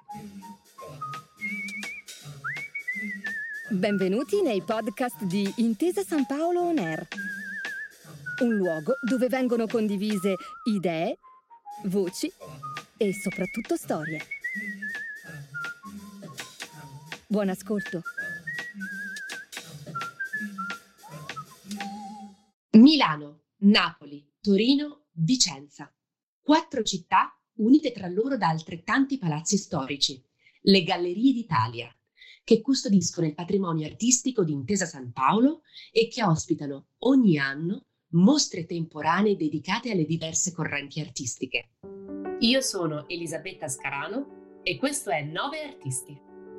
Benvenuti nei podcast di Intesa San Paolo On Air, un luogo dove vengono condivise idee, voci e soprattutto storie. Buon ascolto. Milano, Napoli, Torino, Vicenza. 4 città unite tra loro da altrettanti palazzi storici, le Gallerie d'Italia, che custodiscono il patrimonio artistico di Intesa San Paolo e che ospitano ogni anno mostre temporanee dedicate alle diverse correnti artistiche. Io sono Elisabetta Scarano e questo è 9 Artisti.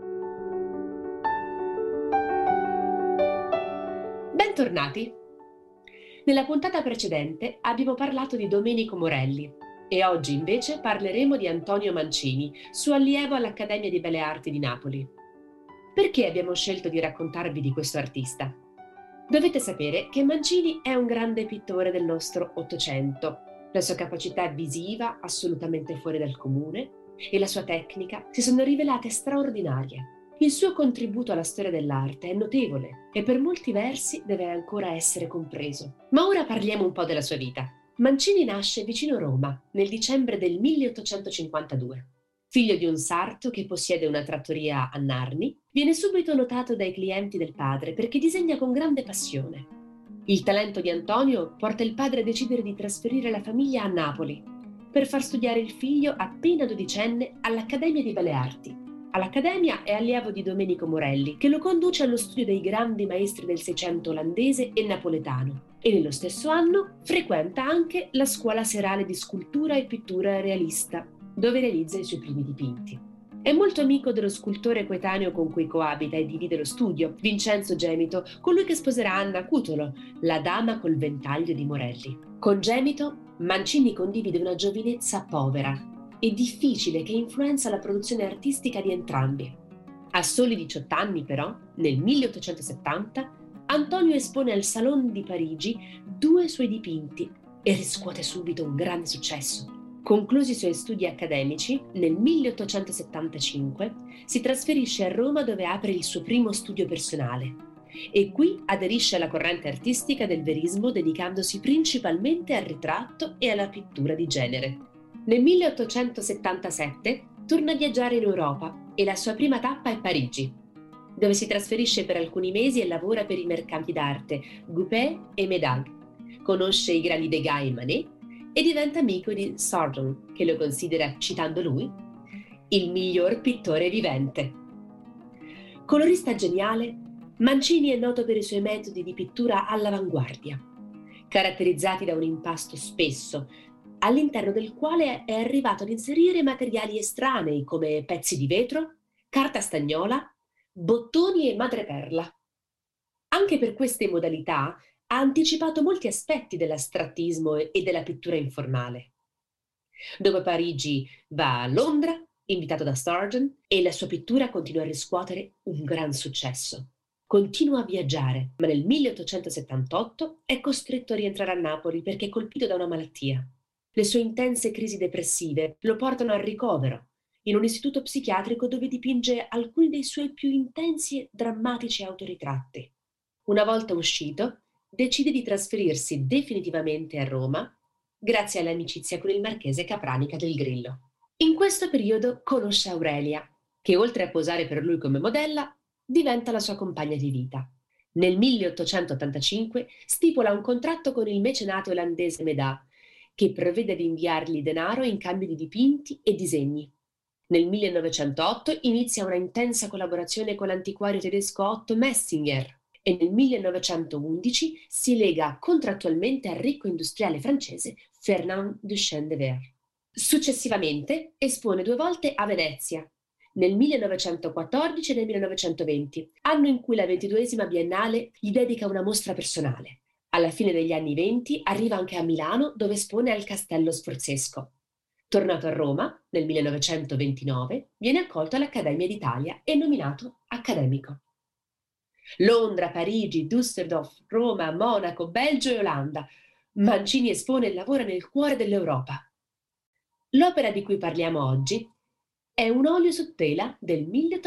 Bentornati! Nella puntata precedente abbiamo parlato di Domenico Morelli e oggi invece parleremo di Antonio Mancini, suo allievo all'Accademia di Belle Arti di Napoli. Perché abbiamo scelto di raccontarvi di questo artista? Dovete sapere che Mancini è un grande pittore del nostro Ottocento. La sua capacità visiva, assolutamente fuori dal comune, e la sua tecnica si sono rivelate straordinarie. Il suo contributo alla storia dell'arte è notevole e per molti versi deve ancora essere compreso. Ma ora parliamo un po' della sua vita. Mancini nasce vicino Roma nel dicembre del 1852. Figlio di un sarto che possiede una trattoria a Narni, viene subito notato dai clienti del padre perché disegna con grande passione. Il talento di Antonio porta il padre a decidere di trasferire la famiglia a Napoli per far studiare il figlio appena dodicenne all'Accademia di Belle Arti. All'Accademia è allievo di Domenico Morelli, che lo conduce allo studio dei grandi maestri del Seicento olandese e napoletano, e nello stesso anno frequenta anche la scuola serale di scultura e pittura realista, dove realizza i suoi primi dipinti. È molto amico dello scultore coetaneo con cui coabita e divide lo studio, Vincenzo Gemito, colui che sposerà Anna Cutolo, la dama col ventaglio di Morelli. Con Gemito, Mancini condivide una giovinezza povera e difficile che influenza la produzione artistica di entrambi. A soli 18 anni, però, nel 1870, Antonio espone al Salon di Parigi 2 suoi dipinti e riscuote subito un grande successo. Conclusi i suoi studi accademici, nel 1875 si trasferisce a Roma dove apre il suo primo studio personale e qui aderisce alla corrente artistica del verismo dedicandosi principalmente al ritratto e alla pittura di genere. Nel 1877 torna a viaggiare in Europa e la sua prima tappa è Parigi, dove si trasferisce per alcuni mesi e lavora per i mercanti d'arte Goupet e Medag. Conosce i grandi Degas e Manet e diventa amico di Sargent, che lo considera, citando lui, il miglior pittore vivente. Colorista geniale, Mancini è noto per i suoi metodi di pittura all'avanguardia, caratterizzati da un impasto spesso, all'interno del quale è arrivato ad inserire materiali estranei come pezzi di vetro, carta stagnola, bottoni e madreperla. Anche per queste modalità ha anticipato molti aspetti dell'astrattismo e della pittura informale. Dopo Parigi va a Londra, invitato da Sargent, e la sua pittura continua a riscuotere un gran successo. Continua a viaggiare, ma nel 1878 è costretto a rientrare a Napoli perché è colpito da una malattia. Le sue intense crisi depressive lo portano al ricovero, in un istituto psichiatrico dove dipinge alcuni dei suoi più intensi e drammatici autoritratti. Una volta uscito, decide di trasferirsi definitivamente a Roma grazie all'amicizia con il marchese Capranica del Grillo. In questo periodo conosce Aurelia, che oltre a posare per lui come modella, diventa la sua compagna di vita. Nel 1885 stipula un contratto con il mecenate olandese Medak, che prevede di inviargli denaro in cambio di dipinti e disegni. Nel 1908 inizia una intensa collaborazione con l'antiquario tedesco Otto Messinger e nel 1911 si lega contrattualmente al ricco industriale francese Fernand Duchesne de Ver. Successivamente espone 2 volte a Venezia, nel 1914 e nel 1920, anno in cui la 22esima Biennale gli dedica una mostra personale. Alla fine degli anni 20 arriva anche a Milano, dove espone al Castello Sforzesco. Tornato a Roma, nel 1929, viene accolto all'Accademia d'Italia e nominato accademico. Londra, Parigi, Düsseldorf, Roma, Monaco, Belgio e Olanda. Mancini espone e lavora nel cuore dell'Europa. L'opera di cui parliamo oggi È un olio su tela del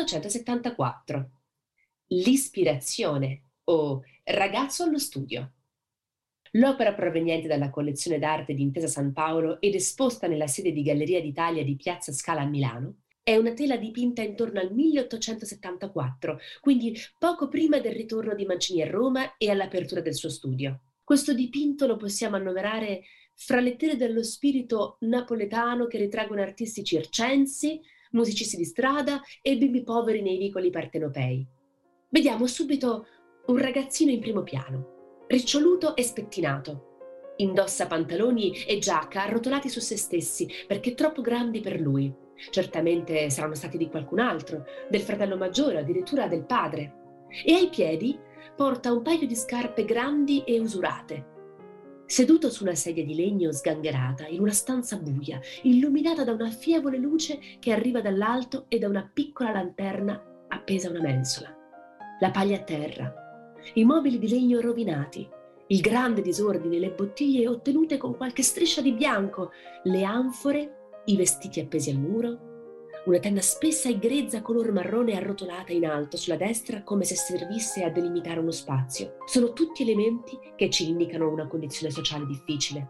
1874. L'ispirazione o Ragazzo allo studio. L'opera proveniente dalla collezione d'arte di Intesa San Paolo ed esposta nella sede di Galleria d'Italia di Piazza Scala a Milano è una tela dipinta intorno al 1874, quindi poco prima del ritorno di Mancini a Roma e all'apertura del suo studio. Questo dipinto lo possiamo annoverare fra le tele dello spirito napoletano che ritraggono artisti circensi, musicisti di strada e bimbi poveri nei vicoli partenopei. Vediamo subito un ragazzino in primo piano, riccioluto e spettinato. Indossa pantaloni e giacca arrotolati su se stessi perché troppo grandi per lui. Certamente saranno stati di qualcun altro, del fratello maggiore, addirittura del padre. E ai piedi porta un paio di scarpe grandi e usurate. Seduto su una sedia di legno sgangherata, in una stanza buia, illuminata da una fievole luce che arriva dall'alto e da una piccola lanterna appesa a una mensola. La paglia a terra, i mobili di legno rovinati, il grande disordine, le bottiglie ottenute con qualche striscia di bianco, le anfore, i vestiti appesi al muro, una tenda spessa e grezza color marrone arrotolata in alto sulla destra come se servisse a delimitare uno spazio. Sono tutti elementi che ci indicano una condizione sociale difficile.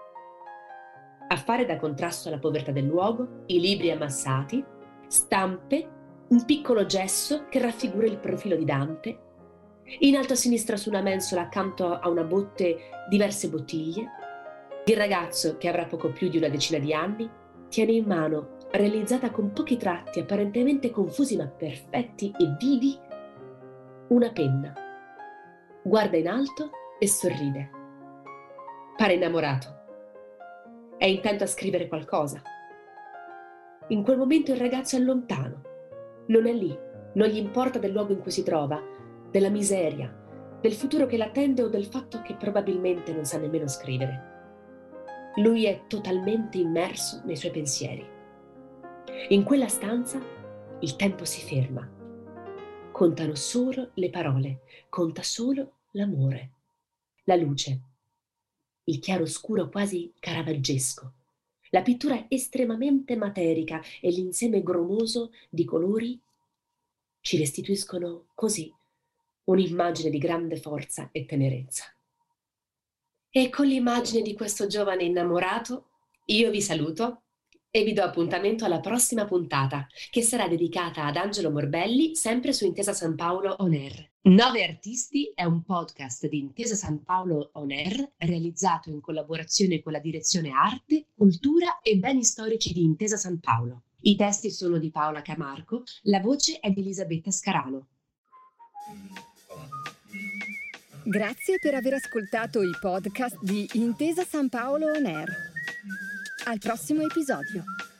A fare da contrasto alla povertà del luogo, i libri ammassati, stampe, un piccolo gesso che raffigura il profilo di Dante, in alto a sinistra su una mensola accanto a una botte diverse bottiglie. Il ragazzo, che avrà poco più di una decina di anni, tiene in mano, realizzata con pochi tratti apparentemente confusi ma perfetti e vivi, una penna. Guarda in alto e sorride. Pare innamorato. È intento a scrivere qualcosa. In quel momento il ragazzo è lontano. Non è lì. Non gli importa del luogo in cui si trova, della miseria, del futuro che l'attende o del fatto che probabilmente non sa nemmeno scrivere. Lui è totalmente immerso nei suoi pensieri. In quella stanza il tempo si ferma. Contano solo le parole, conta solo l'amore, la luce, il chiaroscuro quasi caravaggesco, la pittura estremamente materica e l'insieme grumoso di colori ci restituiscono così un'immagine di grande forza e tenerezza. E con l'immagine di questo giovane innamorato io vi saluto e vi do appuntamento alla prossima puntata, che sarà dedicata ad Angelo Morbelli, sempre su Intesa San Paolo On Air. 9 Artisti è un podcast di Intesa San Paolo On Air, realizzato in collaborazione con la direzione Arte, Cultura e Beni Storici di Intesa San Paolo. I testi sono di Paola Camarco, la voce è di Elisabetta Scarano. Grazie per aver ascoltato i podcast di Intesa San Paolo On Air. Al prossimo episodio.